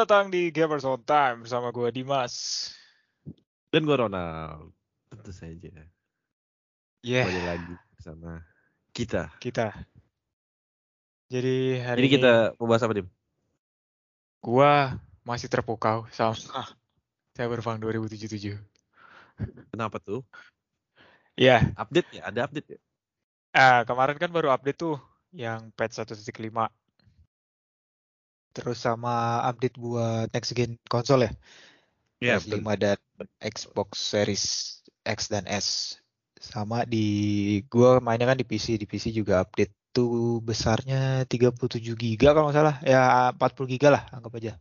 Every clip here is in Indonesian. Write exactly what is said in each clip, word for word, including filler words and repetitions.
datang di Gamers on Time bersama gue Dimas. Dan gue Ronald. Tentu saja. Yeah, Kembali lagi bersama kita. kita. Jadi hari Jadi ini kita mau bahas apa, Dim? gue masih terpukau sama Cyberpunk dua ribu tujuh puluh tujuh. Kenapa tuh? Ya, yeah. Update ya? Ada update ya? Ah, kemarin kan baru update tuh yang patch satu titik lima. Terus sama update buat next gen konsol ya. Iya, P S lima dan Xbox Series X dan S. Sama di gue mainnya kan di P C, di P C juga update tuh besarnya tiga puluh tujuh giga kalau nggak salah. Ya empat puluh giga lah anggap aja.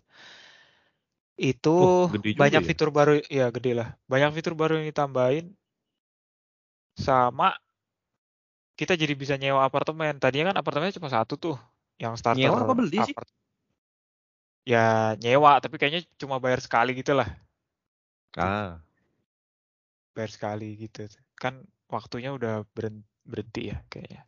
Itu Oh, gede juga banyak ya? fitur baru, ya gede lah. Banyak fitur baru yang ditambahin. Sama kita jadi bisa nyewa apartemen. Tadinya kan apartemennya cuma satu tuh, yang starter Nyewa apa beli sih? apart. Ya nyewa, tapi kayaknya cuma bayar sekali gitu lah. Gitu. Ah, Bayar sekali gitu. Kan waktunya udah beren- berhenti ya kayaknya.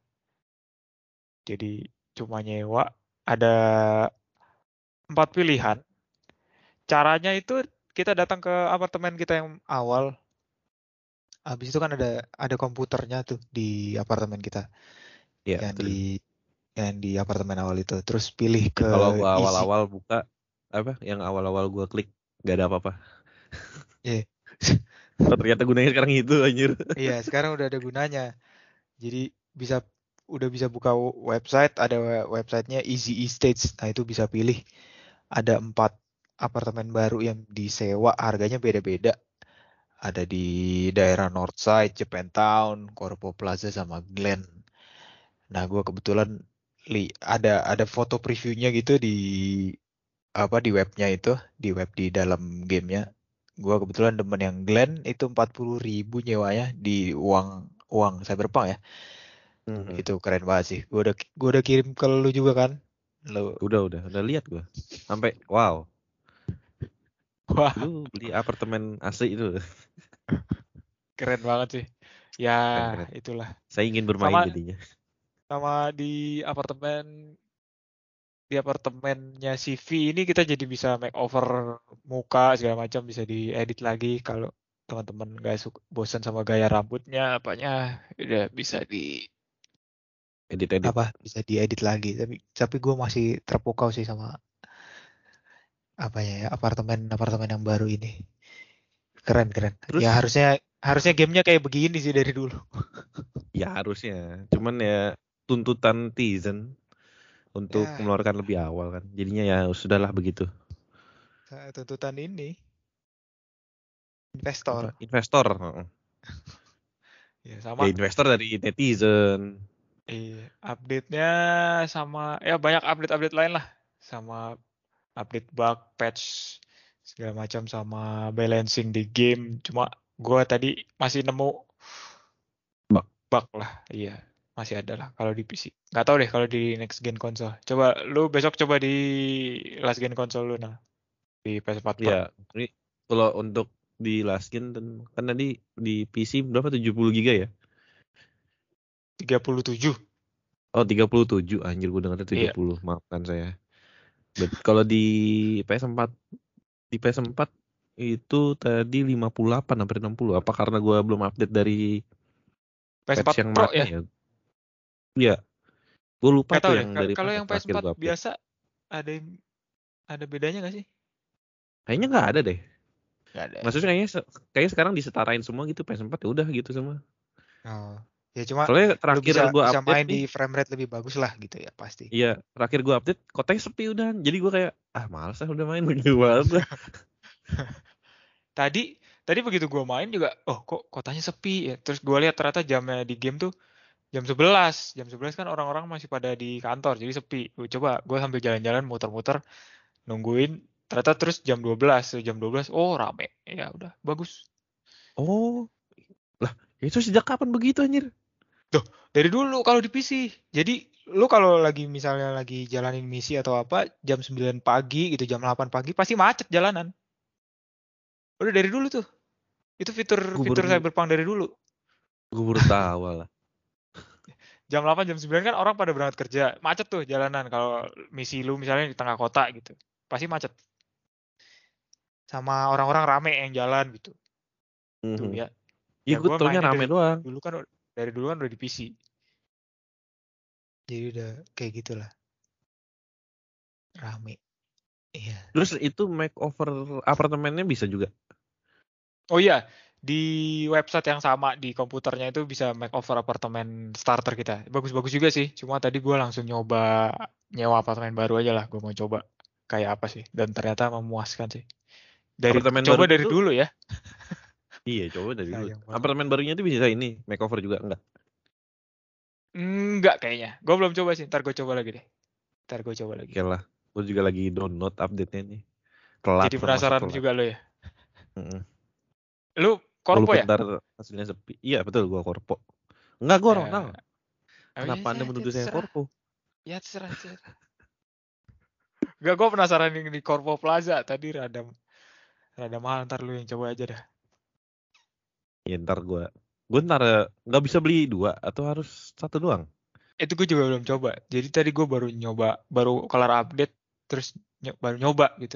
Jadi cuma nyewa. Ada empat pilihan. Caranya itu kita datang ke apartemen kita yang awal. Habis itu kan ada ada komputernya tuh di apartemen kita. iya Yang betul. di yang di apartemen awal itu. Terus pilih Yang ke kalau gua easy. awal-awal buka apa? Yang awal-awal gua klik nggak ada apa-apa. Yeah. Oh, ternyata gunanya sekarang itu anjir. Iya, sekarang udah ada gunanya. Jadi bisa udah bisa buka website, ada websitenya Easy Estates. Nah itu bisa pilih. Ada empat apartemen baru yang disewa, harganya beda-beda. Ada di daerah Northside, Japantown, Corpo Plaza, sama Glen. Nah, gue kebetulan li ada ada foto previewnya gitu di apa di webnya itu, di web di dalam gamenya. Gue kebetulan demen yang Glen itu empat puluh ribu nyewanya di uang uang Cyberpunk ya. Mhm. Itu keren banget sih. Gue udah gue udah kirim ke lu juga kan. Lu Udah, udah, udah lihat gua. Sampai wow, wah, lu beli apartemen asli itu. keren banget sih. Ya, Keren, keren. itulah. Saya ingin bermain Sama jadinya. sama di apartemen di apartemennya C V ini kita jadi bisa makeover muka segala macam, bisa diedit lagi kalau teman-teman nggak suka bosan sama gaya rambutnya apanya, udah bisa di Edit-edit. apa bisa diedit lagi. Tapi tapi gue masih terpukau sih sama apa ya apartemen apartemen yang baru ini. Keren keren. Ya Terus harusnya harusnya gamenya kayak begini sih dari dulu. ya harusnya, cuman ya tuntutan netizen untuk Ya, mengeluarkan lebih awal kan. Jadinya ya sudahlah begitu. tuntutan ini Apa? investor. Investor. Heeh. Ya Ya sama. investor dari netizen. Iya, update-nya sama ya banyak update-update lain lah. Sama update bug, patch segala macam, sama balancing di game. Cuma gua tadi masih nemu Bak. bug lah. Iya, masih ada lah kalau di P C. Nggak tahu deh kalau di next gen console. Coba lu besok coba di last gen console lu nah di P S empat Pro. Ya, ini kalau untuk di last gen dan kan tadi di P C berapa tujuh puluh giga ya? tiga puluh tujuh. Oh, tiga puluh tujuh. Anjir gue dengarnya tujuh Iya. puluh. Maafkan saya. But, kalau di P S empat di P S empat itu tadi lima puluh delapan hampir enam puluh. Apa karena gue belum update dari patch P S empat yang Pro mana ya. ya? Iya, gue lupa Nggak tahu tuh deh. yang Ka- dari Kalau mana yang terakhir P S empat gue update. biasa ada ada bedanya nggak sih? Kayaknya nggak ada deh. Nggak ada. Maksudnya kayaknya se- kayaknya sekarang disetarain semua gitu P S empat ya udah gitu semua. Oh. Ya cuma Soalnya lu terakhir bisa gue bisa update main di nih, frame rate lebih bagus lah gitu ya pasti. iya terakhir gue update kotanya sepi udah. Jadi gue kayak ah males lah udah main begitu banget lah. Tadi tadi begitu gua main juga, oh kok kotanya sepi ya. Terus gua lihat ternyata jamnya di game tuh jam sebelas. Jam sebelas kan orang-orang masih pada di kantor jadi sepi. Gua coba gua sambil jalan-jalan muter-muter nungguin, ternyata terus jam dua belas, jam dua belas oh rame. Ya udah bagus. Oh lah itu sejak kapan begitu anjir? Tuh, dari dulu kalau di P C. Jadi lu kalau lagi misalnya lagi jalanin misi atau apa jam sembilan pagi gitu, jam delapan pagi pasti macet jalanan. Udah dari dulu tuh. Itu fitur Gue fitur baru Cyberpunk dari dulu. gue baru tahu lah. Jam delapan jam sembilan kan orang pada berangkat kerja. Macet tuh jalanan kalau misi lu misalnya di tengah kota gitu. Pasti macet. sama orang-orang rame yang jalan gitu. Mhm. Tuh ya. Iya, Ya gue gue taunya mainnya rame dari doang. dulu kan dari dulu kan udah di P C. Jadi udah kayak gitulah. Rame. Iya. Terus itu makeover apartemennya bisa juga. Oh iya, di website yang sama di komputernya itu bisa makeover apartemen starter kita. Bagus-bagus juga sih. Cuma tadi gue langsung nyoba nyewa apartemen baru aja lah. Gue mau coba kayak apa sih. Dan ternyata memuaskan sih. Dari Apartemen coba barunya dari tuh, dulu ya. iya coba dari dulu. Sayang banget. Apartemen barunya tuh bisa ini makeover juga enggak? Enggak kayaknya. Gue belum coba sih. Ntar gue coba lagi deh. Ntar gue coba lagi. Oke lah, gue juga lagi download update-nya nih. Telat, Jadi termasuk penasaran telat. juga lo ya. Mm-mm. Lu korpo Walaupun ya? ntar hasilnya sepi. Iya betul, gue korpo. Enggak, gue Eh, Ronald. oh iya, Kenapa anda ya, ya menuduh saya terserah. korpo? Ya terserah, terserah. Gak, gue penasaran yang di Korpo Plaza. Tadi rada, rada mahal. Ntar lu yang coba aja dah. Ya ntar gue, gue ntar nggak bisa beli dua atau harus satu doang. Itu gue juga belum coba. Jadi tadi gue baru nyoba, baru kelar update, terus ny- baru nyoba gitu.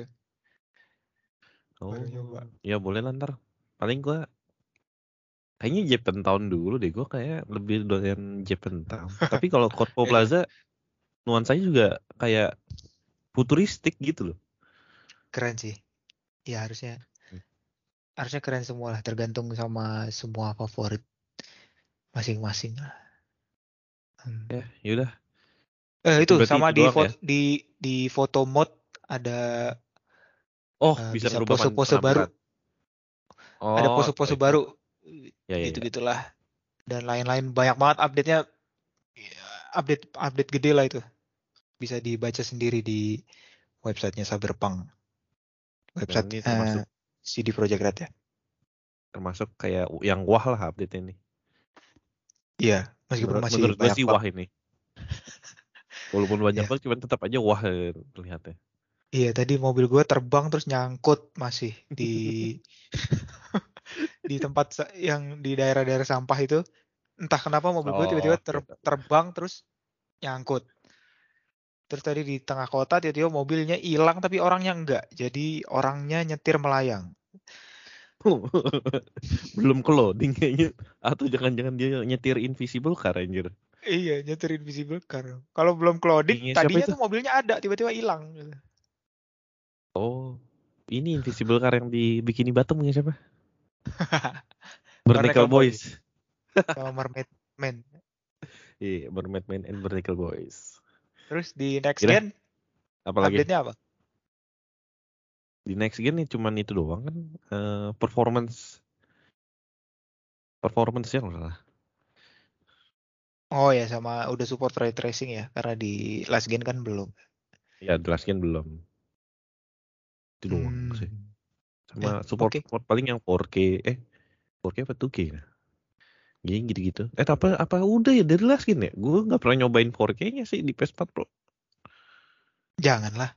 Baru nyoba. Oh, ya boleh lah ntar. Paling gue kayaknya Japan Town dulu deh. Gue kayak lebih doyan Japan Town. Tapi kalau Corpo Itu Plaza nuansanya juga kayak futuristik gitu loh. keren sih. Ya harusnya, harusnya keren semua lah. Tergantung sama semua favorit masing-masing lah. Hmm. Ya, yaudah. Eh Itu itu berarti sama itu di doang ya. foto di di foto mode ada Oh, eh, bisa bisa merubah pen- pose-pose baru. penampilan. Ada Oh, oh pose-pose itu. baru. Ya, ya, ya. Gitu-gitulah. Dan lain-lain banyak banget update-nya. Ya, update update gede lah itu. Bisa dibaca sendiri di websitenya Cyberpunk. Dan Website ini eh, termasuk C D Projekt Red ya. termasuk kayak yang wah lah update ini. Iya, meskipun Menurut, masih menurut gue banyak sih bug. wah ini. Walaupun banyak Ya. bug, cuman tetap aja wah eh, terlihatnya. Iya, tadi mobil gue terbang terus nyangkut masih di di tempat sa- yang di daerah-daerah sampah itu. Entah kenapa mobil gue Oh, tiba-tiba oke. ter- terbang terus nyangkut. Terus tadi di tengah kota tiba-tiba mobilnya hilang tapi orangnya enggak. Jadi orangnya nyetir melayang. Belum ke loading kayaknya. Atau jangan-jangan dia nyetir invisible car anjir. Iya, nyetir invisible car. Kalau belum clouding, Punya siapa tadinya itu? tuh mobilnya ada, tiba-tiba hilang. Oh, ini invisible car yang di Bikini Bottom punya siapa? Bernickel Barnacle Boys Boys. sama Mermaid Man. Iya, Mermaid Man and Bernickel Boys. Terus di next Kira, gen apa lagi? update-nya apa? Di next gen nih cuman itu doang kan. Eh, performance. Performance-nya nggak salah. Oh ya, sama udah support ray tracing ya, karena di last gen kan belum. Ya, the last gen belum. Itu doang sih. Hmm. Sama Ya, support, oke. support paling yang four K. Eh, four K apa two K ya? Jadi gitu-gitu. Eh, apa apa udah ya dari last gen ya? Gue nggak pernah nyobain four K-nya sih di P S four Pro. Janganlah.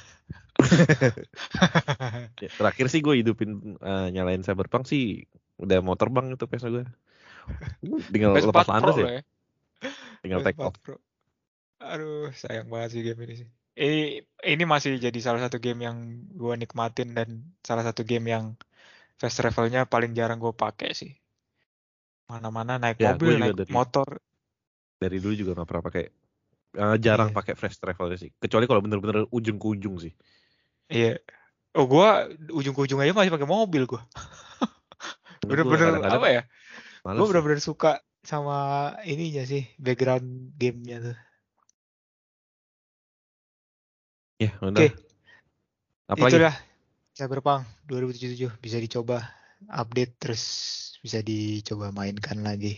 Ya, terakhir sih gue hidupin uh, nyalain Cyberpunk sih udah mau terbang itu P S gue. Tinggal P S lepas four Pro landas ya, loh ya. tinggal take P S four off. Pro. Aduh, sayang banget sih game ini sih. Ini, ini masih jadi salah satu game yang gue nikmatin dan salah satu game yang fast travelnya paling jarang gue pakai sih. Mana-mana naik Ya, mobil, gue juga naik dari motor. dari dulu juga nggak pernah pakai, uh, jarang Iya, pakai fast travel sih. Kecuali kalau bener-bener ujung ke ujung sih. iya. Oh, gue ujung ke ujung aja masih pakai mobil gue. Enggak, gue Bener-bener kadang-kadang apa ya? Gue males sih. bener-bener suka sama ininya sih, background gamenya tuh. Ya, udah. Oke, Apalagi? itulah Cyberpunk dua ribu tujuh puluh tujuh bisa dicoba update terus bisa dicoba mainkan lagi.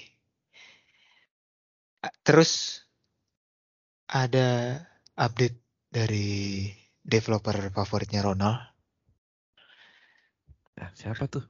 Ah, terus ada update dari developer favoritnya Ronald, Nah, siapa tuh?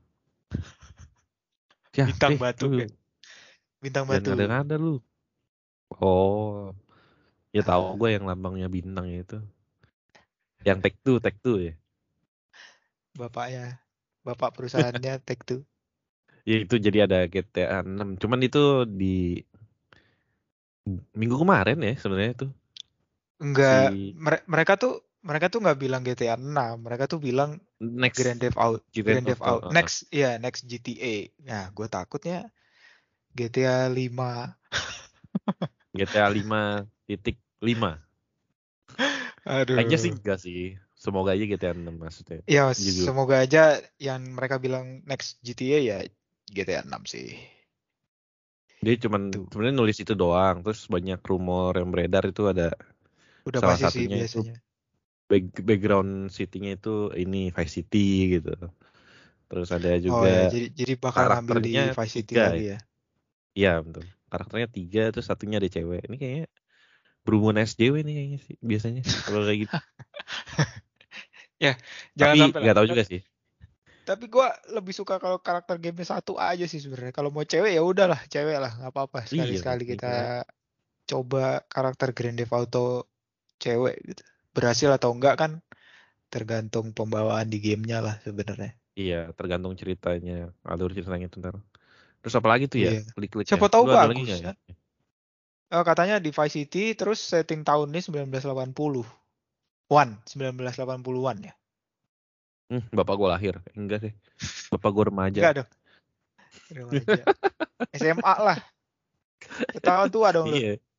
Siapa Bintang Batu ya, tuh? Bintang Jangan Batu. ngada-ngada lu. Oh, ya tahu Ah, gue yang lambangnya bintang itu. Yang Take Two, Take Two ya. bapaknya, bapak perusahaannya Take-Two. Ya itu jadi ada G T A enam. Cuman itu di minggu kemarin ya sebenarnya tuh Enggak, si mere- mereka tuh mereka tuh nggak bilang G T A enam, mereka tuh bilang Next Grand Theft Auto, Grand Grand Theft Theft Auto. Auto, Uh, uh. next ya next G T A. Nah, gue takutnya G T A lima. G T A lima titik lima. Kayaknya sih Aduh. enggak sih. Semoga aja G T A enam maksudnya. Ya Jujur. semoga aja yang mereka bilang next G T A ya G T A enam sih. Dia cuman Tuh. sebenarnya nulis itu doang. Terus banyak rumor yang beredar itu ada Udah salah pasti sih satunya itu biasanya. back- background settingnya itu ini Vice City gitu. Terus ada Oh juga ya, jadi jadi bakal ngambil di karakternya Vice City tiga lagi ya. ya. Iya betul. Karakternya tiga terus satunya ada cewek. Ini kayaknya berhubungan S J W nih kayaknya sih biasanya kalau kayak gitu. Ya, jangan Tapi sampai lah. nggak tahu juga Tapi, sih. tapi gue lebih suka kalau karakter game satu aja sih sebenarnya. Kalau mau cewek ya udahlah, cewek lah, nggak apa-apa. Iya, Sekali-sekali iya. kita coba karakter Grand Theft Auto cewek gitu. Berhasil atau enggak kan tergantung pembawaan di gamenya lah sebenarnya. Iya, tergantung ceritanya, alur ceritanya itu ntar. Terus apa lagi tuh ya? Iya. Klik-kliknya. Siapa tahu Lu ada lagi bagus nggak ya? ya. Eh, katanya di Vice City terus setting tahunnya seribu sembilan ratus delapan puluh. One, seribu sembilan ratus delapan puluhan ya. Hmm, bapak gua lahir. Enggak sih. Bapak gua remaja. Enggak dong, remaja. S M A lah. Ketahuan tua dong lu. Iya.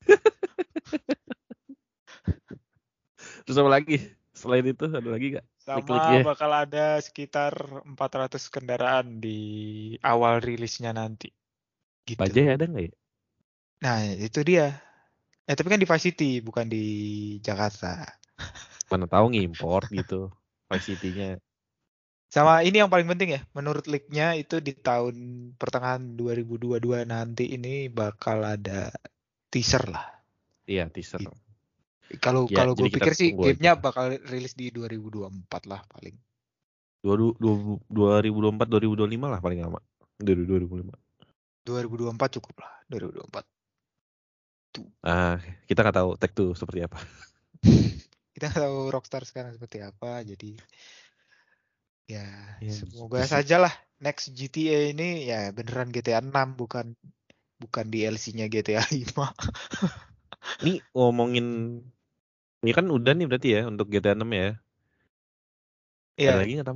Terus apa lagi? Selain itu ada lagi nggak? Sama Klik-kliknya. bakal ada sekitar empat ratus kendaraan di awal rilisnya nanti. Gitu. Bajai ada nggak ya? Nah, itu dia. Eh, tapi kan di Vice City, bukan di Jakarta. Mana tahu ngimport gitu. Vice City-nya. Sama ini yang paling penting ya, menurut leaknya itu di tahun pertengahan dua ribu dua puluh dua nanti ini bakal ada teaser lah. Iya, teaser. Gitu. Kalau Ya, kalau gue jadi kita pikir sih tunggu aja. gamenya bakal rilis di dua ribu dua puluh empat lah paling. dua ribu dua puluh empat dua ribu dua puluh lima lah paling lama. Dari dua ribu lima. dua ribu dua puluh empat cukup lah, dua ribu dua puluh empat. Tuh. Ah, kita nggak tahu Take Two seperti apa. Kita nggak tahu Rockstar sekarang seperti apa, jadi ya Ya, semoga gitu sih. saja lah next G T A ini ya beneran G T A enam bukan bukan D L C-nya G T A lima. Ini ngomongin ini kan udah nih berarti ya untuk G T A enam ya. Ada Ya, lagi nggak tamu?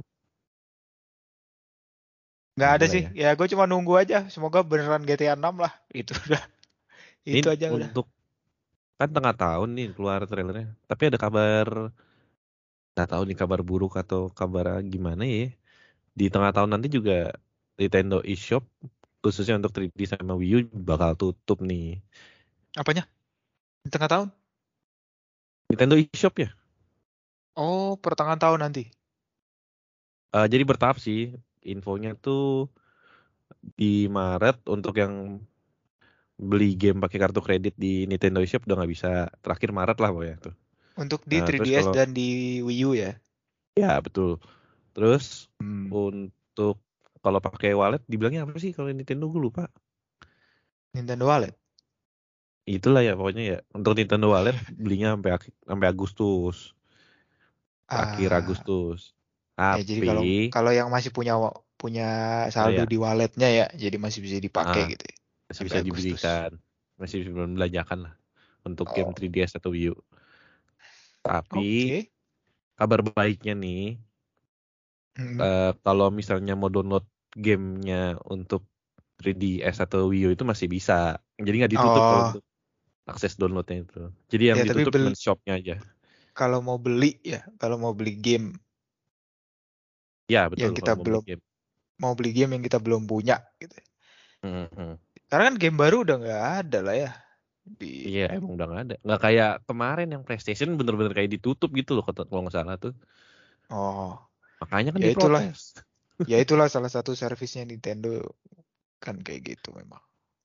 nggak Nggak ada ada lah sih. ya. Ya gue cuma nunggu aja. Semoga beneran G T A enam lah. Itu udah. Ini Itu aja udah. untuk kan tengah tahun nih keluar trailernya. Tapi ada kabar nggak tahu nih kabar buruk atau kabar gimana ya. Di tengah tahun nanti juga Nintendo eShop khususnya untuk tiga D sama Wii U bakal tutup nih. Apanya? Di tengah tahun? Nintendo eShop ya. Oh, pertengahan tahun nanti. Eh, jadi bertahap sih. Infonya tuh di Maret untuk yang beli game pakai kartu kredit di Nintendo eShop udah nggak bisa. Terakhir Maret lah pokoknya tuh. Untuk di Nah, terus tiga D S kalau dan di Wii U ya. ya betul. Terus Hmm. untuk kalau pakai wallet dibilangnya apa sih kalau Nintendo gue lupa. Nintendo Wallet. Itulah ya pokoknya ya. Untuk Nintendo Wallet belinya sampai ak- sampai Agustus, akhir Ah, Agustus. ya jadi Tapi kalau kalau yang masih punya wa- punya oh saldo ya, di walletnya ya, jadi masih bisa dipakai ah, gitu ya. masih Sampai bisa Agustus. dibelikan, masih bisa belanjakan lah untuk game Oh, tiga D S atau Wii U. Tapi oke. kabar baiknya nih, Hmm. eh, kalau misalnya mau download gamenya untuk tiga D S atau Wii U itu masih bisa. Jadi nggak ditutup kalau Oh, untuk akses downloadnya itu. Jadi yang ya tapi ditutup cuma beli shopnya aja. kalau mau beli ya, kalau mau beli game Ya yang betul kita kalau mau beli belum game. mau beli game yang kita belum punya gitu. Mhm. Karena kan game baru udah nggak ada lah ya di. Iya emang udah nggak ada. Nggak kayak kemarin yang PlayStation bener-bener kayak ditutup gitu loh kata- kalau nggak salah tuh. Oh, Makanya kan ya itulah, diprotes. ya itulah salah satu servisnya Nintendo kan kayak gitu memang.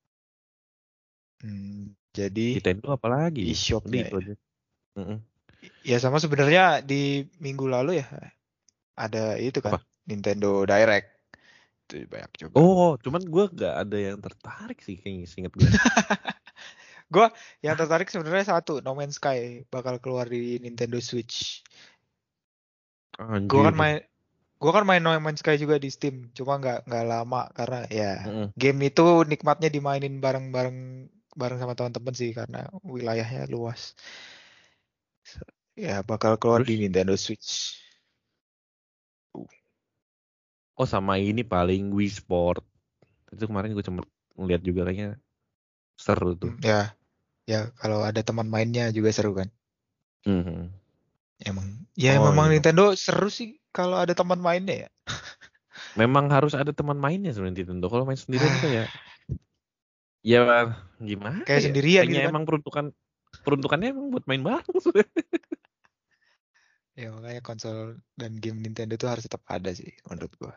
Hmm, jadi Nintendo apalagi ya? Udah e-shopnya itu ya. aja. Mhm. Ya sama sebenarnya di minggu lalu ya ada itu kan Apa? Nintendo Direct itu banyak juga. Oh, cuman gue nggak ada yang tertarik sih kayaknya inget gue. Gue yang tertarik sebenarnya satu, No Man's Sky bakal keluar di Nintendo Switch. Gue kan Anjir. main Gue kan main No Man's Sky juga di Steam, cuma nggak nggak lama karena ya Mhm. game itu nikmatnya dimainin bareng-bareng bareng sama teman-teman sih karena wilayahnya luas. Ya bakal keluar di Terus, Nintendo Switch. Uh, oh sama ini paling Wii Sport. Itu kemarin gue cuma ngeliat juga kayaknya seru tuh. hmm, ya, ya kalau ada teman mainnya juga seru kan. Mhm. Emang, ya Oh memang iya. Nintendo seru sih kalau ada teman mainnya ya. Memang harus ada teman mainnya sebenarnya Nintendo. Kalau main sendirian Ah, kayak ya gimana kayak ya? sendirian Kayaknya gitu kan. emang peruntukan peruntukannya emang buat main bareng. Ya makanya konsol dan game Nintendo itu harus tetap ada sih menurut gua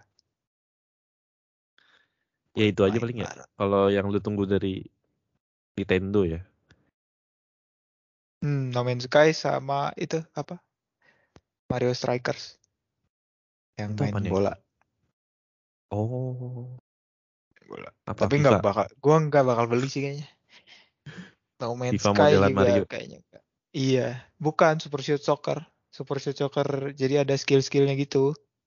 Ya buat itu aja main paling ya. bareng. Kalau yang lu tunggu dari Nintendo ya. Hmm, No Man's Sky sama itu apa? Mario Strikers yang Itu main apaan ya? bola. Oh, Bola. apa Tapi nggak FIFA? bakal, gua nggak bakal beli sih kayaknya. No Man's FIFA Sky modelan juga Mario. kayaknya nggak. Iya, bukan Super Shoot Soccer. Super Shoot Soccer jadi ada skill-skillnya gitu.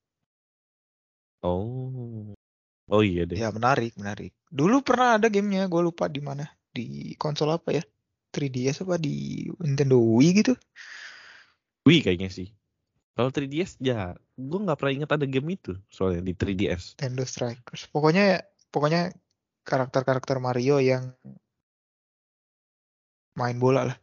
Oh. Oh iya deh. Ya menarik, menarik. Dulu pernah ada gamenya, gue lupa di mana. Di konsol apa ya? tiga D S apa di Nintendo Wii gitu? Wii kayaknya sih. Kalau tiga D S ya, gue nggak pernah ingat ada game itu soalnya di tiga D S. Nintendo Strikers. Pokoknya, pokoknya karakter-karakter Mario yang main bola lah.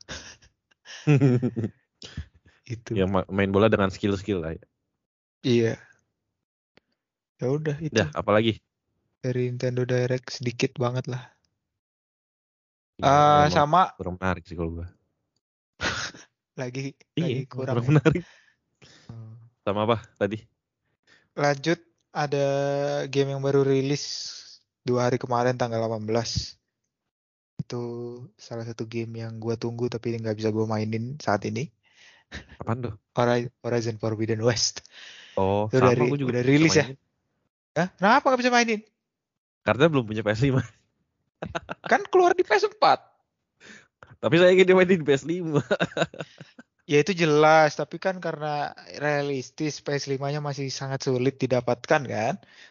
Itu. Yang ma- main bola dengan skill-skill lah ya. Iya. Ya udah itu Dah, apalagi? dari Nintendo Direct sedikit banget lah. Iya, Ah emang sama kurang menarik sih kalau gue. lagi Iya, lagi emang kurang kurang ya. menarik. Hmm. Sama apa tadi? Lanjut ada game yang baru rilis dua hari kemarin tanggal delapan belas. Itu salah satu game yang gue tunggu tapi nggak bisa gue mainin saat ini. Apaan tuh? Hori- Horizon Forbidden West. Oh, Itu udah, sama ri- gue juga udah belum bisa rilis ya. mainin. Hah? Kenapa nggak bisa mainin? Karena belum punya P S lima. Kan keluar di P S empat. Tapi saya ingin mainin di P S lima. Ya itu jelas, tapi kan karena realistis P S lima-nya masih sangat sulit didapatkan kan?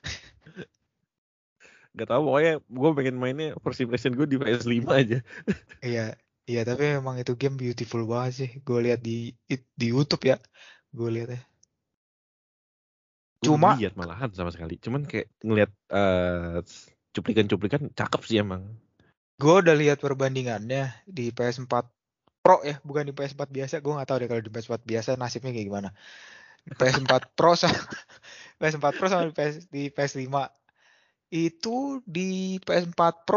Gak tau, pokoknya gue pengen mainnya versi PlayStation gue di P S lima aja. Iya, iya tapi memang itu game beautiful banget sih. Gue lihat di it- di YouTube ya. Gue lihat ya. Gue belum Cuma lihat malahan sama sekali. Cuman kayak ngeliat eh, cuplikan-cuplikan cakep sih emang. gue udah lihat perbandingannya di P S empat Pro ya, bukan di P S empat biasa. Gue nggak tahu deh kalau di P S empat biasa nasibnya kayak gimana. P S empat Pro sama P S empat Pro sama di, PS, di P S lima itu di P S empat Pro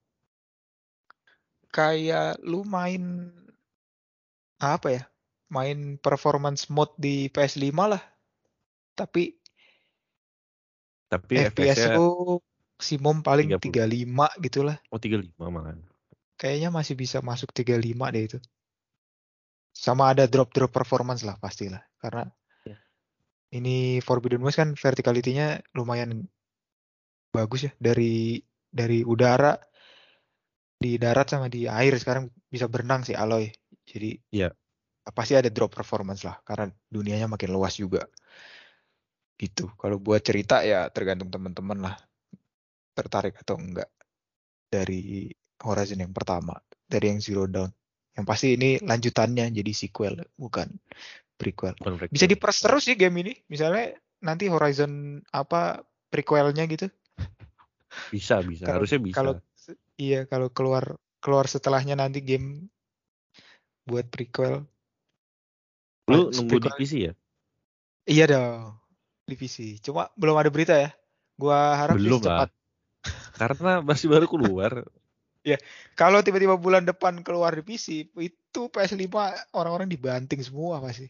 kayak lu main apa ya? Main performance mode di P S lima lah, tapi Tapi F P S F P S-nya lu maksimum paling tiga puluh. tiga puluh lima gitulah. Oh, tiga puluh lima malahan. Kayaknya masih bisa masuk tiga puluh lima deh itu. Sama ada drop-drop performance lah pastilah. Karena Ya. ini Forbidden West kan verticality-nya lumayan bagus ya. Dari dari udara, di darat sama di air sekarang bisa berenang sih Aloy. Jadi Iya, pasti ada drop performance lah karena dunianya makin luas juga gitu. Kalau buat cerita ya tergantung teman-teman lah tertarik atau enggak dari Horizon yang pertama, dari yang Zero Dawn. Yang pasti ini lanjutannya jadi sequel bukan prequel. bukan Bisa prequel. diperas Oh, terus sih game ini. Misalnya nanti Horizon apa prequelnya gitu. bisa, bisa. Kalau Harusnya bisa. kalau iya kalau keluar keluar setelahnya nanti game buat prequel. Lu Wah, nunggu di prequel. P C ya? Iya dong. Divisi. Cuma belum ada berita ya. Gua harap sih Belum lah. secepat. Karena masih baru keluar. Ya, kalau tiba-tiba bulan depan keluar di P C, itu P S lima orang-orang dibanting semua pasti.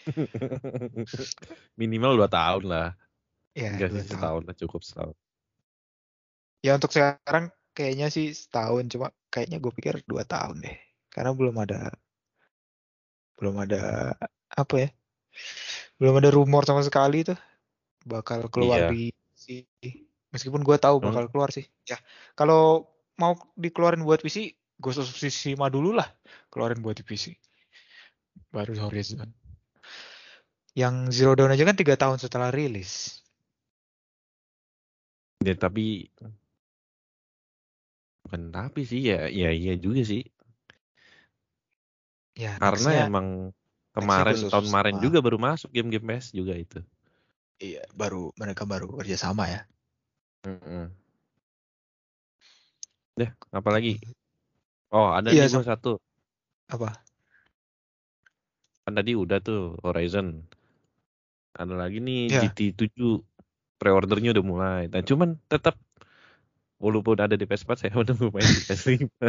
Minimal dua tahun lah. Ya, Enggak sih, dua tahun. setahun lah, cukup setahun. Ya untuk sekarang kayaknya sih setahun, cuma kayaknya gue pikir dua tahun deh. Karena belum ada, belum ada apa ya? Belum ada rumor sama sekali tuh bakal keluar Iya. di P C. Meskipun gue tahu Emang bakal keluar sih. Ya, kalau mau dikeluarin buat P C, Ghost of Tsushima dulu lah keluarin buat di P C. Baru Horizon. Yang Zero Dawn aja kan tiga tahun setelah rilis. ya, tapi bukan tapi sih ya, ya iya juga sih. Ya, Karena nextnya emang Kemarin khusus tahun kemarin sama. juga baru masuk game-game P E S juga itu. Iya, baru mereka baru kerja sama ya. Mm-mm. Deh, apa lagi? Oh, ada Iya, nih gue sam- satu. apa? Kan tadi udah tuh Horizon. Ada lagi nih Ya. G T tujuh. Pre-ordernya udah mulai. Dan cuman tetap walaupun ada di P S empat saya menunggu main di P S lima.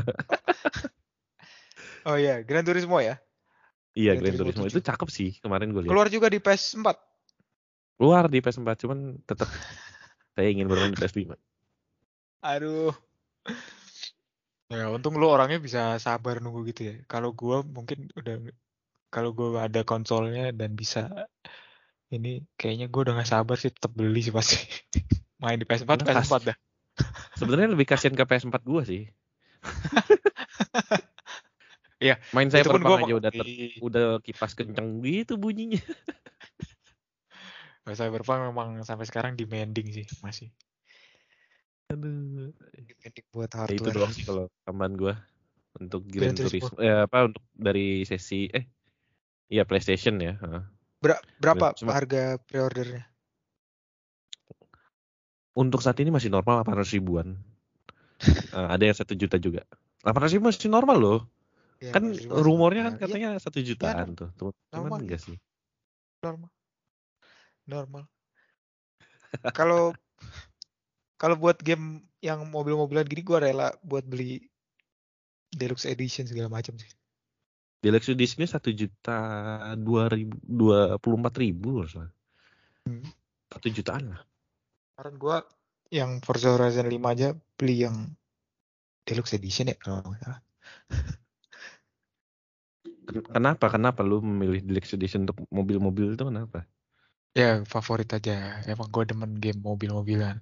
Oh iya, Gran Turismo ya. Iya, Gran Gran Turismo Turismo itu tujuh. cakep sih kemarin gue lihat. Keluar juga di P S empat. Keluar di P S empat cuman tetap saya ingin bermain di P S lima. Aduh. Ya, untung lu orangnya bisa sabar nunggu gitu ya. Kalau gua mungkin udah kalau gua ada konsolnya dan bisa ini kayaknya gua udah gak sabar sih tetap beli sih pasti. Main di P S empat, Enggak P S kas. empat dah. Sebenarnya lebih kasihan ke P S empat gue sih. Iya, Main itu pun Cyberpunk gua aja udah ter, di udah kipas kenceng gitu bunyinya. Cyberpunk memang sampai sekarang demanding sih masih. Aduh. Demanding buat Ya itu hardware. doang sih kalau tambahan gue untuk Gran Gran Turismo. Turismo. Eh apa untuk dari sesi eh iya PlayStation ya. Heeh. Ber- Gran berapa Turismo. harga pre-ordernya? Untuk saat ini masih normal delapan ratus ribuan. Uh, ada yang satu juta juga. delapan ratus ribu masih normal loh. Ya, Kan masih masih rumornya kan normal. Iya, katanya satu ya jutaan normal, tuh. Tuh. Cuman normal ya, enggak sih. normal, normal. Kalau kalau buat game yang mobil-mobilan gini gua rela buat beli deluxe edition segala macam sih. Deluxe Edition satu juta dua ribu dua puluh empat ribu loh. Hmm. Satu jutaan lah. Kemarin gua yang Forza Horizon lima aja beli yang deluxe edition ya kalau nggak salah. Kenapa? Kenapa lu memilih Deluxe Edition untuk mobil-mobil itu kenapa? Ya favorit aja. Emang gue demen game mobil-mobilan.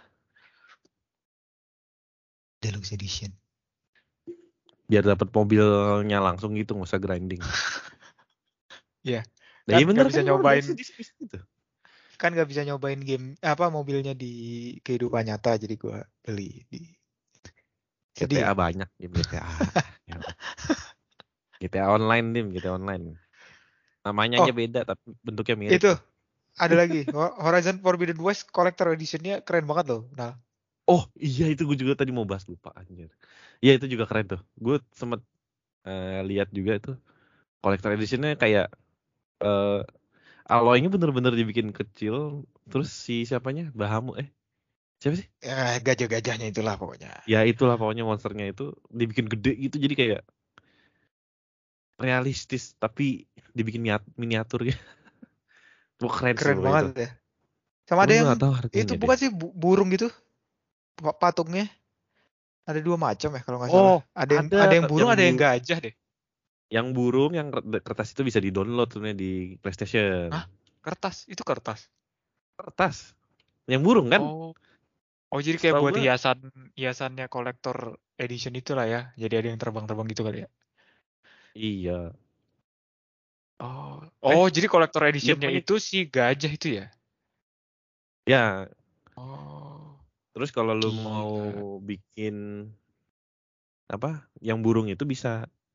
Deluxe edition. Biar dapat mobilnya langsung gitu, nggak usah grinding. Ya, Nah, kan iya bener nggak bisa kan memang nyobain, Deluxe Edition gitu. kan nggak bisa nyobain game apa mobilnya di kehidupan nyata, jadi gue beli di. Sedih ya? G T A banyak game G T A. Ya, G T A online nih, G T A online. Namanya aja Oh, beda tapi bentuknya mirip itu tuh. ada lagi Horizon Forbidden West Collector Editionnya keren banget loh. Nah, Oh iya itu gue juga tadi mau bahas lupa anjir. Iya itu juga keren tuh. Gue sempet uh, lihat juga itu Collector Editionnya kayak uh, alloynya bener-bener dibikin kecil. Terus si siapanya Bahamu eh siapa sih? ya, gajah-gajahnya itulah pokoknya. Ya itulah pokoknya monsternya itu dibikin gede gitu jadi kayak realistis tapi dibikin miniatur ya. Wah keren sih Keren pokoknya banget itu. ya. Sama Cuman ada gue yang gak tahu itu harganya deh. bukan sih bu- burung gitu pa- patungnya. Ada dua macam ya kalau nggak salah. Oh Ada yang ada ada yang burung, yang ada yang bu gajah deh. yang burung yang kertas itu bisa di download tuh di PlayStation. Hah? Kertas? Itu kertas. Kertas. Yang burung kan? Oh. Oh, jadi kayak Setahu buat gue hiasan hiasannya kolektor edition itulah ya. Jadi ada yang terbang-terbang gitu kali ya. iya. Oh. Eh Oh, jadi kolektor iya editionnya pokoknya itu si gajah itu ya. ya. Oh. Terus kalau lu mau Gila. bikin apa yang burung itu bisa.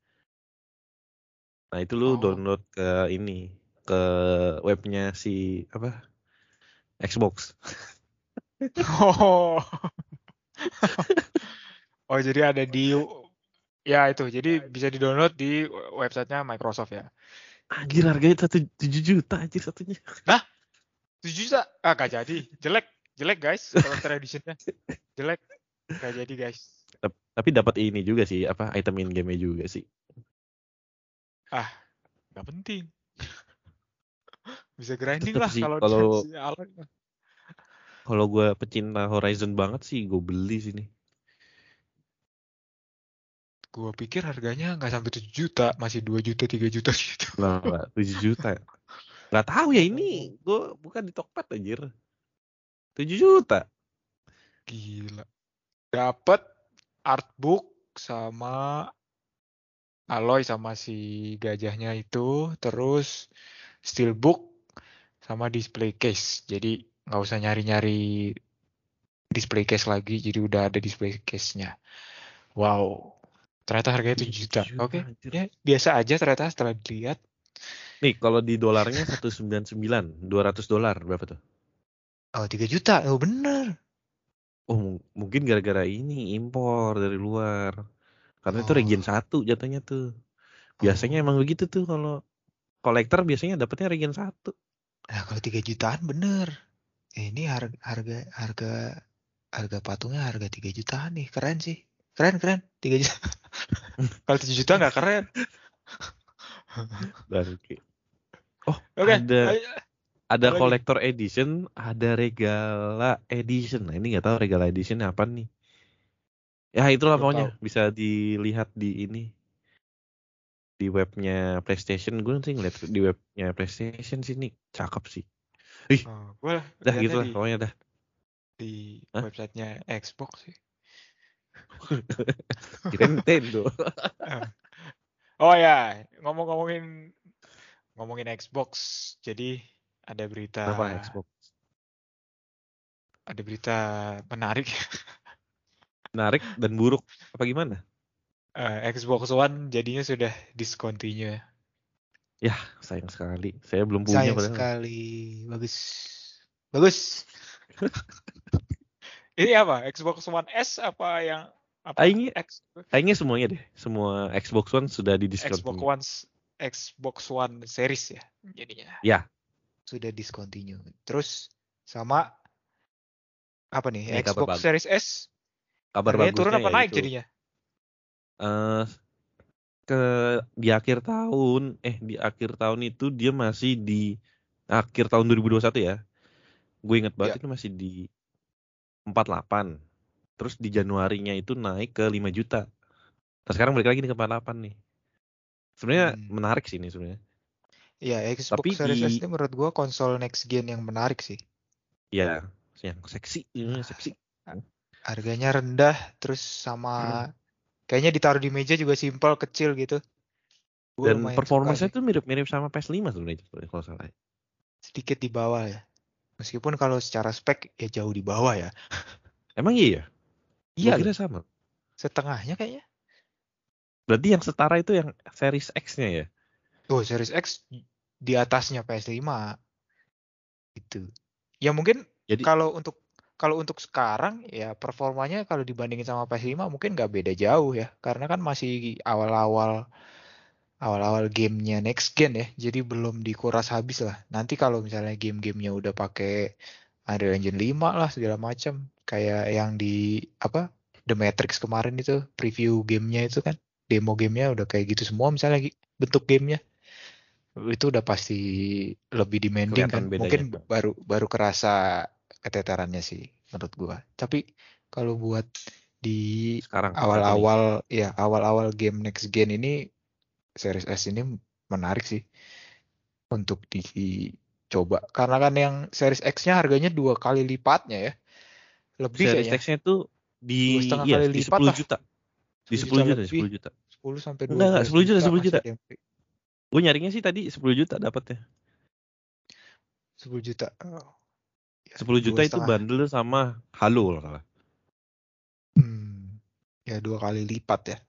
Nah itu lu Oh. download ke ini ke webnya si apa Xbox. Oh. Oh, jadi ada di ya itu. Jadi bisa di-download di websitenya Microsoft ya. Anjir harganya satu tujuh juta anjir satunya. Nah, tujuh juta. Ah, gak jadi. Jelek. Jelek, guys. Collector editionnya. Jelek. Gak jadi, guys. Tapi dapat ini juga sih apa item in game-nya juga sih. Ah, gak penting. Bisa grinding Tetap lah sih kalau kalau dikasih alon. kalau gue pecinta Horizon banget sih gue beli sini. Gua pikir harganya nggak sampai tujuh juta, masih dua juta, tiga juta gitu. Nah, tujuh juta. Nggak tahu ya ini gue bukan di Tokped anjir. tujuh juta. Gila. Dapat artbook sama alloy sama si gajahnya itu, terus steelbook sama display case. Jadi nggak usah nyari-nyari display case lagi, jadi udah ada display case-nya. Wow. Ternyata harganya tujuh tujuh juta. juta Oke. anjir. Ya, biasa aja ternyata setelah dilihat. Nih kalau di dolarnya seratus sembilan puluh sembilan, dua ratus dolar berapa tuh? Oh, tiga juta. Oh, bener. Oh, mung- mungkin gara-gara ini impor dari luar. Karena itu region Oh, satu jatuhnya tuh. Biasanya oh. emang begitu tuh kalau kolektor biasanya dapetnya region satu. Nah, kalau tiga jutaan bener. Eh, ini harga harga harga harga patungnya harga tiga jutaan nih. Keren sih. Keren, keren. Tiga juta. Kalau tujuh juta nggak keren. Bangke. Oh, Oke, ada ayo, ada apa lagi? collector edition, ada regala edition. Nah, ini nggak tahu regala edition apa nih. Ya itulah Belum pokoknya tahu. bisa dilihat di ini di webnya PlayStation. Gue nanti ngeliat di webnya PlayStation sini cakep sih. Ih, Oh, gue dah lihatnya gitulah di pokoknya dah. di Hah? websitenya Xbox sih. Kirain Nintendo. Eh. Oh ya, ngomong-ngomongin ngomongin Xbox. Jadi ada berita Kenapa Xbox? ada berita menarik. Menarik dan buruk apa gimana? Eh, Xbox One jadinya sudah discontinue. Ya, sayang sekali. Saya belum punya Sayang padahal. sekali. Bagus. Bagus. Ini apa? Xbox One S apa yang apa? Aingnya, X aingnya semuanya deh. Semua Xbox One sudah di Xbox discontinue. One Xbox One series ya jadinya Ya, sudah discontinue. Terus sama apa nih? nih kabar Xbox bagus. Series S Kabar harganya turun bagusnya apa ya naik itu. jadinya? Eh ke di akhir tahun, eh di akhir tahun itu dia masih di akhir tahun dua ribu dua puluh satu ya. Gue inget Ya. banget itu masih di empat puluh delapan. Terus di Januarinya itu naik ke lima juta. Nah, sekarang balik lagi nih ke empat puluh delapan nih. Sebenarnya Hmm. menarik sih ini sebenarnya. Ya, Xbox Tapi Series S di ini menurut gua konsol next gen yang menarik sih. ya yang seksi, ini Nah, seksi. harganya rendah, terus sama kayaknya ditaruh di meja juga simpel, kecil gitu. Gue Dan lumayan suka performanya sih. tuh mirip-mirip sama P S lima sebenarnya kalau salah. Sedikit di bawah ya. Meskipun kalau secara spek ya jauh di bawah ya. Emang iya ya? Gue Iya kira loh, sama. setengahnya kayaknya. Berarti yang setara itu yang Series X-nya ya? Oh, Series X di atasnya P S lima gitu. Ya mungkin Jadi kalau untuk kalau untuk sekarang ya performanya kalau dibandingin sama P S lima mungkin nggak beda jauh ya. Karena kan masih awal-awal awal-awal gamenya next gen ya. Jadi belum dikuras habis lah. Nanti kalau misalnya game-gamenya udah pakai Unreal Engine lima lah segala macam. Kayak yang di apa The Matrix kemarin itu preview gamenya itu kan. Demo gamenya udah kayak gitu semua misalnya gi- bentuk gamenya. Itu udah pasti lebih demanding kan. kelihatan bedanya. Mungkin baru baru kerasa keteterannya sih menurut gua. Tapi kalau buat di Sekarang saat ini. awal-awal ya awal-awal game next gen ini Series S ini menarik sih untuk dicoba. Karena kan yang Series X-nya harganya dua kali lipatnya ya. Lebih Series kayaknya. X-nya tuh Dua di setengah iya kali di lipat sepuluh lah. juta. Di Sepuluh juta sepuluh juta, di lebih. sepuluh juta. Sepuluh sampai dua Enggak, enggak, belas sepuluh juta, juta sepuluh masih juta. ada yang beli. Gue nyarinya sih tadi sepuluh juta dapatnya. sepuluh juta. Oh, ya, sepuluh dua juta itu setengah. bundle sama Halo kalau nggak salah. Hmm, ya dua kali lipat ya.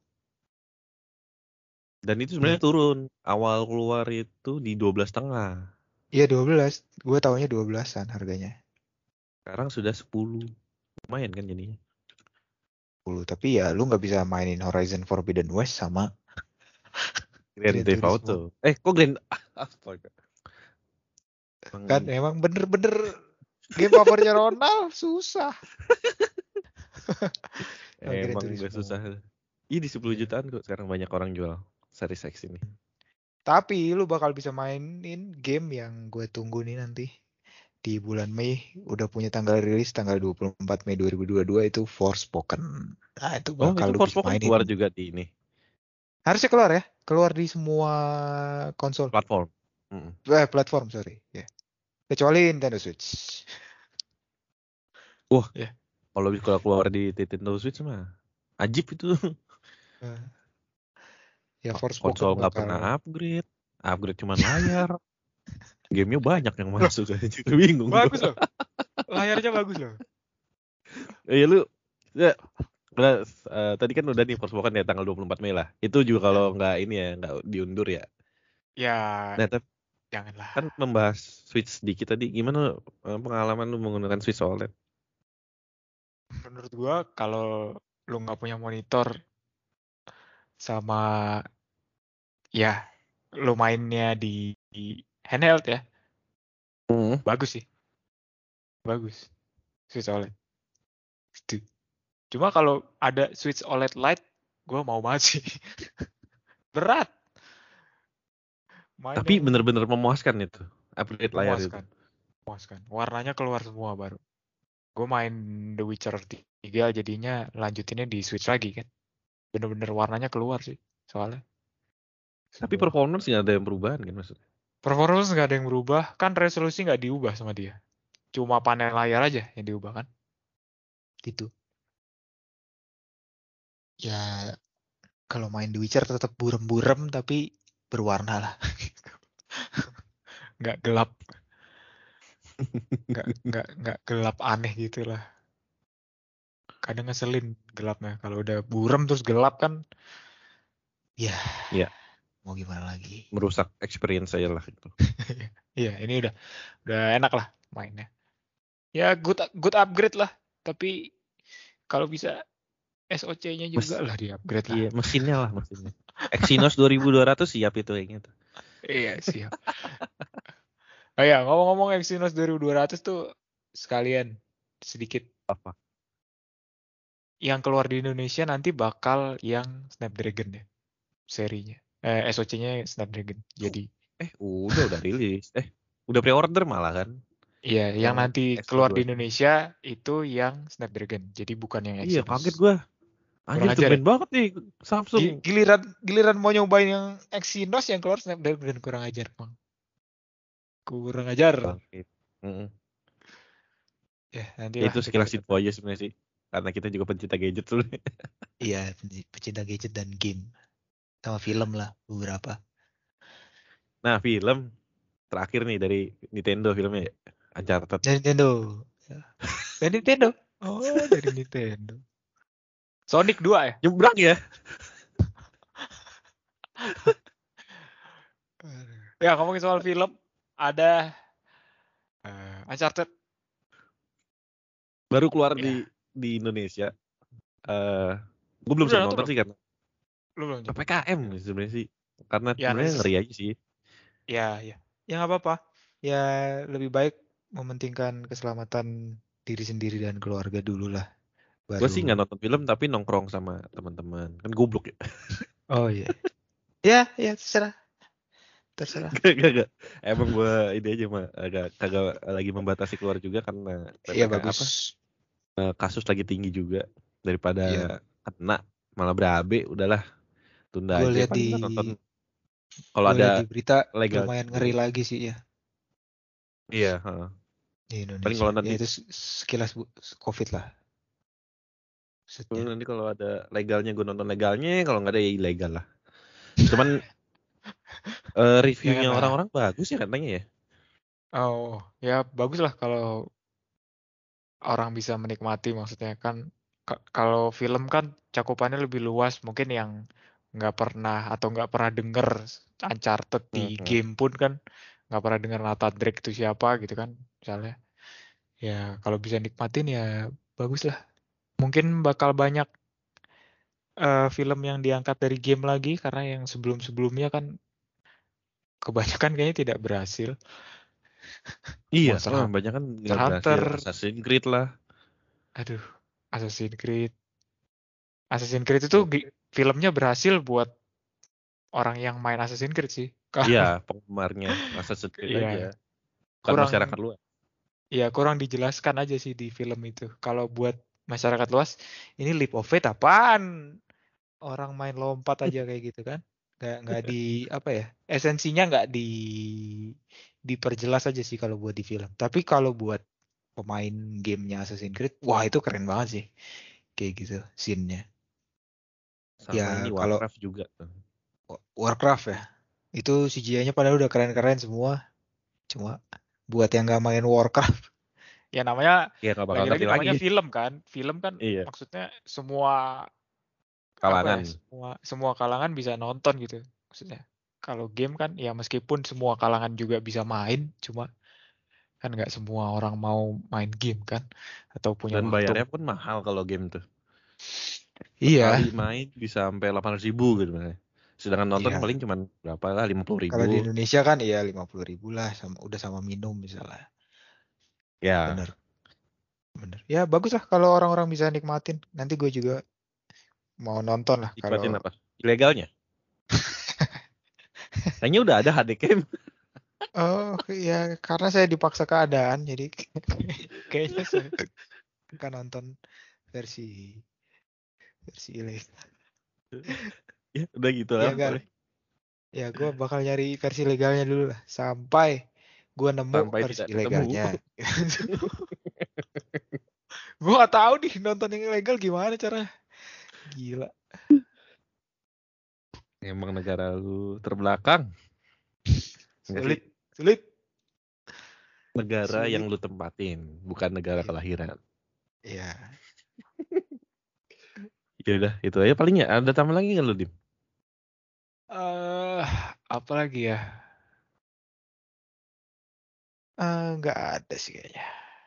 Dan itu Ya, sebenarnya turun. Awal keluar itu di dua belas setengah. iya dua belas. Gue taunya dua belasan harganya. Sekarang sudah sepuluh. Lumayan kan jadinya. sepuluh. Tapi ya lu nggak bisa mainin Horizon Forbidden West sama Grand Gran Theft Auto. Turismo. Eh, kok Grand Astaga. Kan Emang emang bener-bener game favoritnya Ronald susah. Sama Gran emang udah Turismo. susah. Ih, di sepuluh Iya. jutaan kok sekarang banyak orang jual Series X ini. Tapi lu bakal bisa mainin game yang gue tunggu nih nanti di bulan Mei. Udah punya tanggal rilis tanggal dua puluh empat Mei dua ribu dua puluh dua itu Forspoken. Nah itu Oh, bakal itu lu bisa Forspoken mainin. keluar juga di ini Harusnya keluar ya. Keluar di semua konsol. platform. Mm-mm. Eh, platform sorry. Ya. Kecuali Nintendo Switch. Wah, Ya. kalau kalau keluar di Nintendo Switch mah ajib itu. Eh, Ya Forspoken Konsol nggak bakal pernah upgrade, upgrade cuman layar. Gamenya banyak yang masuk aja. Bingung gua. bagus loh. Layarnya bagus loh. Eh, lu ya, udah, eh, tadi kan udah nih Forspoken ya tanggal dua puluh empat Mei lah. Itu juga kalau nggak ini ya, nggak diundur ya. Ya Nah, tapi Janganlah. Kan membahas Switch sedikit tadi, gimana eh, pengalaman lu menggunakan Switch O L E D? Menurut gua kalau lu nggak punya monitor sama ya lu mainnya di, di handheld ya, Hmm. bagus sih, bagus Switch O L E D. Itu. Cuma kalau ada Switch O L E D Lite, gua mau banget sih. Berat main Tapi yang bener-bener memuaskan itu, upgrade layar itu. memuaskan, memuaskan. Warnanya keluar semua baru. Gue main The Witcher tiga jadinya lanjutinnya di Switch lagi kan. Bener-bener warnanya keluar sih soalnya Tapi semua. performance nggak ada yang perubahan kan maksudnya? Performance nggak ada yang berubah, kan resolusi nggak diubah sama dia. Cuma panel layar aja yang diubah kan. Gitu. Ya kalau main The Witcher tetap burem-burem tapi berwarna lah. Nggak gelap, nggak nggak nggak gelap aneh gitu lah. Kadang ngeselin gelapnya. Kalau udah burem terus gelap kan, ya Iya, mau gimana lagi. merusak experience saya lah itu. Iya, ini udah udah enak lah mainnya. Ya good good upgrade lah. Tapi kalau bisa S O C-nya Mes, juga lah di upgrade lah. iya, mesinnya lah mesinnya. Exynos dua ribu dua ratus siap itu kayaknya tuh. Iya siap. Oh ya ngomong-ngomong Exynos dua ribu dua ratus tuh sekalian sedikit Apa? yang keluar di Indonesia nanti bakal yang Snapdragon ya serinya. Eh, S O C-nya Snapdragon. Jadi Eh, udah udah rilis. Eh, udah pre-order malah kan iya yang yang nanti S O keluar di dua. Indonesia itu yang Snapdragon. Jadi bukan yang Iya, Exynos. kaget gua. Kurang Anjir ajar ya. tumben banget nih Samsung. Giliran giliran mau nyobain yang Exynos yang keluar Snapdragon kurang ajar, Bang. Kurang ajar. Bangkit. Mm-mm. Ya, Ya nantilah itu kita sekilas lihat info lah. aja sebenarnya sih. Karena kita juga pencinta gadget tuh. Iya, pecinta gadget dan game. Sama film lah beberapa. Nah, film terakhir nih dari Nintendo filmnya ya. Uncharted. Dari Nintendo. Ya. Dari Nintendo. Oh, dari Nintendo. Sonic dua ya? Nyebrang ya. Ya, ngomongin soal film, ada uh, Uncharted. Baru keluar di Ya, di Indonesia. Eh, gue belum lu udah sempat nonton nonton belum? sih karena Lu belum coba? P P K M sebenarnya sih. Karena Ya, nanti sebenarnya ngeri ses- aja sih. ya, ya. Ya nggak apa-apa. Ya, lebih baik mementingkan keselamatan diri sendiri dan keluarga dulu lah. Gue sih nggak Baru. nonton film tapi nongkrong sama teman-teman. Kan goblok ya. Oh iya. Ya, ya terserah. Terserah. Gak, gak, gak. Emang gue ide aja mah agak kagak lagi membatasi keluar juga karena Iya P P K bagus. apa eh, kasus lagi tinggi juga daripada Iya, kena malah berabe udahlah tunda gue aja lihat di paling nggak nonton kalau gue ada lihat di berita legal lumayan ngeri dulu. lagi sih ya Iya, heeh. di Paling Indonesia. kalau Ya nanti itu sekilas bu- COVID lah maksudnya. nanti kalau ada legalnya gue nonton legalnya kalau nggak ada ya ilegal lah. Cuman eh, reviewnya Janganlah. orang-orang bagus ya katanya ya. Oh, ya bagus lah kalau orang bisa menikmati maksudnya kan ka- kalau film kan cakupannya lebih luas mungkin yang nggak pernah atau nggak pernah denger Uncharted di Mhm. game pun kan nggak pernah denger Nathan Drake itu siapa gitu kan misalnya ya kalau bisa nikmatin ya bagus lah mungkin bakal banyak eh, film yang diangkat dari game lagi karena yang sebelum-sebelumnya kan kebanyakan kayaknya tidak berhasil. Iya, Monster eh, Hunter, banyak kan Monster nggak berhasil. Hunter, Assassin's Creed lah. aduh, Assassin's Creed. Assassin's Creed itu Hmm. gi- filmnya berhasil buat orang yang main Assassin's Creed sih. Iya, Kalau penggemarnya Assassin's Creed ya aja, bukan kurang masyarakat luas. ya kurang dijelaskan aja sih di film itu. Kalau buat masyarakat luas, ini leap of faith apaan? Orang main lompat aja kayak gitu kan? Nggak nggak di apa ya? Esensinya nggak di diperjelas aja sih kalau buat di film. Tapi kalau buat pemain gamenya Assassin's Creed, wah itu keren banget sih. Kayak gitu scene-nya. Sama ini Ya kalau Warcraft juga. Warcraft ya, itu C G I-nya padahal udah keren-keren semua. Cuma buat yang nggak main Warcraft, ya namanya Ya nggak bakal lagi-lagi ngerti lagi. namanya film kan. Film kan Iya, maksudnya semua apa ya, kalangan. semua semua kalangan bisa nonton gitu. Maksudnya Kalau game kan ya meskipun semua kalangan juga bisa main, cuma kan nggak semua orang mau main game kan atau punya Dan waktu. bayarnya pun mahal kalau game tuh. Iya, Sekali main bisa sampai delapan ratus ribu gitu. Sedangkan nonton iya. paling cuma berapa lah, lima puluh Kalau di ribu. Indonesia kan ya lima puluh ribu lah, sama udah sama minum misalnya. Ya, Bener, bener. Ya bagus lah kalau orang-orang bisa nikmatin. Nanti gue juga mau nonton lah kalau. nikmatin apa? Ilegalnya. Kayaknya udah ada H D cam. Oh ya, karena saya dipaksa keadaan, jadi kayaknya saya akan nonton versi versi ilegal. Ya, udah gitu Ya lah gal, paling. ya gue bakal nyari versi legalnya dulu lah, sampai gue nemu Sampai versi tidak ketemu. ilegalnya. Gue gak tahu nih nonton yang ilegal gimana cara. Gila. Emang negara lu terbelakang. Enggak sih? Sulit, sulit, Negara yang sulit. lu tempatin, bukan negara Iya. kelahiran. Ya. Ya udah, itu aja paling ya. Ada tambah lagi nggak lu, Dim? Eh, apa lagi ya? Eh, nggak ada sih kayaknya.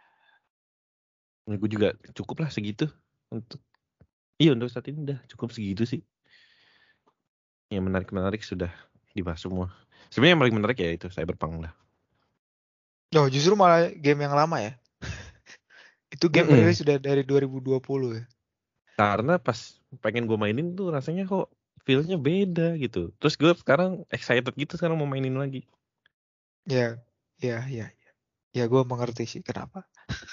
Gue juga cukup lah segitu untuk iya untuk saat ini udah cukup segitu sih. Yang menarik-menarik sudah dibahas semua. Sebenarnya yang paling menarik ya itu Cyberpunk lah. Oh, justru malah game yang lama ya. Itu game Mm-mm. rilis sudah dari dua ribu dua puluh ya. Karena pas pengen gue mainin tuh rasanya kok feel-nya beda gitu. Terus gue sekarang excited gitu sekarang mau mainin lagi. Ya, ya, ya, ya. Ya, gue mengerti sih kenapa.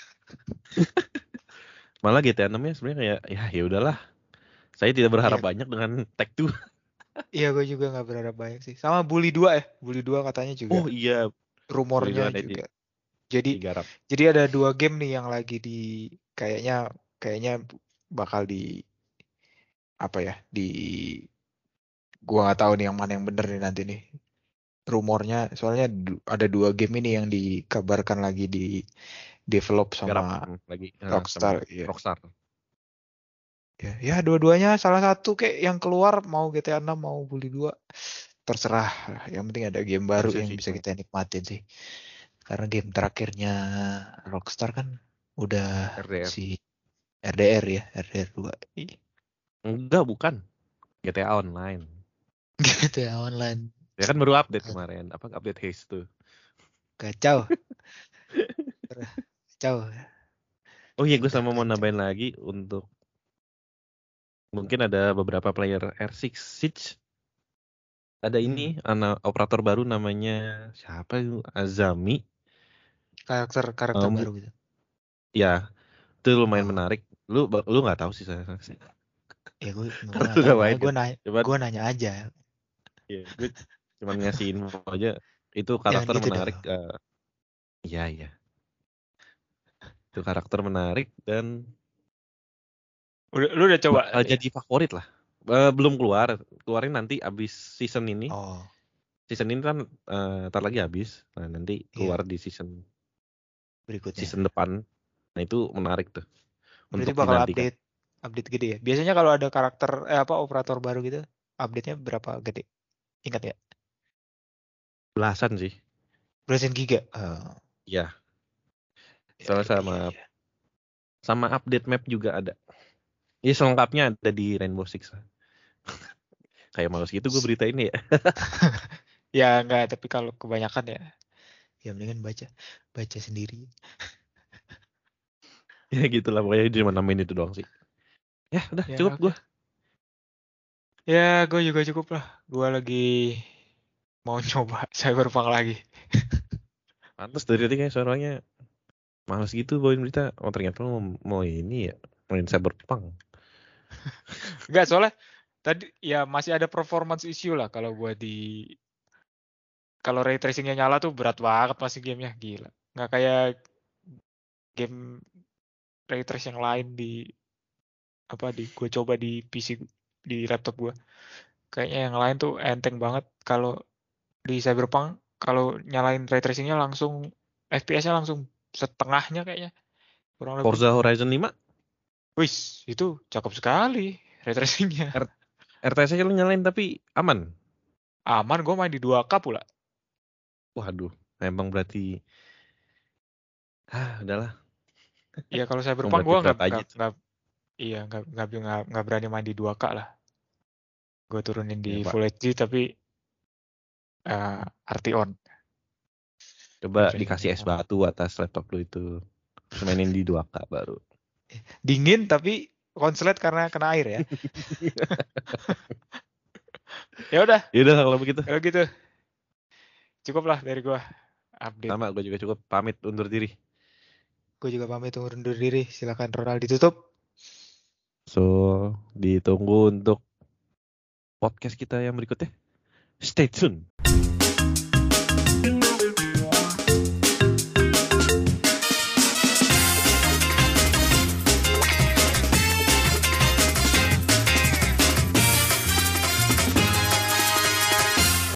Malah G T A enam-nya sebenarnya kayak ya ya udahlah. Saya tidak berharap Iya, banyak dengan Take-Two. iya gue juga nggak berharap banyak sih. Sama Bully dua ya. Bully dua katanya juga Oh iya, boleh rumornya dua ada di juga. Jadi digarap. jadi ada dua game nih yang lagi di kayaknya kayaknya bakal di apa ya? Di gua nggak tahu nih yang mana yang bener nih nanti nih. Rumornya soalnya du- ada dua game ini yang dikabarkan lagi di develop sama Garap hmm, lagi eh, sama Rockstar ya. Rockstar. Ya, ya dua-duanya salah satu kayak yang keluar mau G T A enam mau Bully dua terserah. Yang penting ada game baru Bisa yang sih. bisa kita nikmatin sih. Karena game terakhirnya Rockstar kan udah R D R. si R D R ya, R D R dua. Enggak, bukan. G T A Online. G T A Online. Ya kan baru update kemarin. Apa update haste tuh. Kacau. Kacau. Oh iya, gue Udah sama mau kacau. nambahin lagi untuk mungkin ada beberapa player R enam Siege. Ada ini Hmm. anak operator baru namanya siapa itu? Azami. Karakter karakter Um, baru gitu. ya, itu lumayan Oh. menarik. Lu lu nggak tahu sih saya. Ya gue gue Karena nggak lu tahu nggak main makanya gue kan. nanya Cuman gue nanya aja. ya, gue cuman ngasih info aja. Itu Jangan karakter gitu menarik. dong. Uh, iya iya. Itu karakter menarik dan Udah, lu udah coba bakal ya? jadi favorit lah. Uh, belum keluar, keluarin nanti abis season ini. Oh, Season ini kan uh, ntar lagi habis. Nah, nanti keluar iya, di season berikutnya. season depan. Nah, itu menarik tuh Berarti untuk bakal dinantikan. update update gede ya. Biasanya kalau ada karakter eh apa operator baru gitu, update-nya berapa gede? Ingat ya? Belasan sih. Belasan giga. Oh, Ya, iya, soalnya iya, sama iya, iya. sama update map juga ada. Ya selengkapnya ada di Rainbow Six. Kayak males gitu gue berita ini ya. Ya enggak, tapi kalau kebanyakan ya, ya mendingan baca, baca sendiri. Ya gitulah pokoknya cuma namain itu doang sih. Ya udah Ya cukup oke. gue. Ya gue juga cukup lah. Gue lagi mau coba Cyberpunk lagi. Pantes dari tadi kayak suaranya males gitu bawain berita. Oh ternyata mau, mau ini ya main Cyberpunk. Enggak, soalnya tadi ya masih ada performance issue lah kalau buat di kalau ray tracingnya nyala tuh berat banget masih gamenya gila. Nggak kayak game ray tracing yang lain di apa di gue coba di P C di laptop gue. Kayaknya yang lain tuh enteng banget. Kalau di Cyberpunk kalau nyalain ray tracingnya langsung F P S-nya langsung setengahnya kayaknya kurang lebih. Forza Horizon lima Wis, itu cakep sekali ray tracingnya. R- RTS-nya lu nyalain tapi aman. Aman, gue main di dua K pula. Waduh, emang berarti ah udahlah. Iya kalau Emang Cyberpunk berarti gue nggak berat aja nggak tuh. nggak iya nggak nggak nggak nggak berani main di dua K lah. Gue turunin di Ya, Pak. Full H D tapi uh, R T on. Coba dikasih es Definitif. batu atas laptop lu itu. Terus mainin di dua K baru. Dingin tapi konslet karena kena air ya. Ya udah, Ya udah kalau begitu. kalau gitu cukup lah dari gue update. Sama gue juga cukup pamit undur diri. Gue juga pamit undur diri. Silakan Ronald ditutup. So, ditunggu untuk podcast kita yang berikutnya. Stay tune.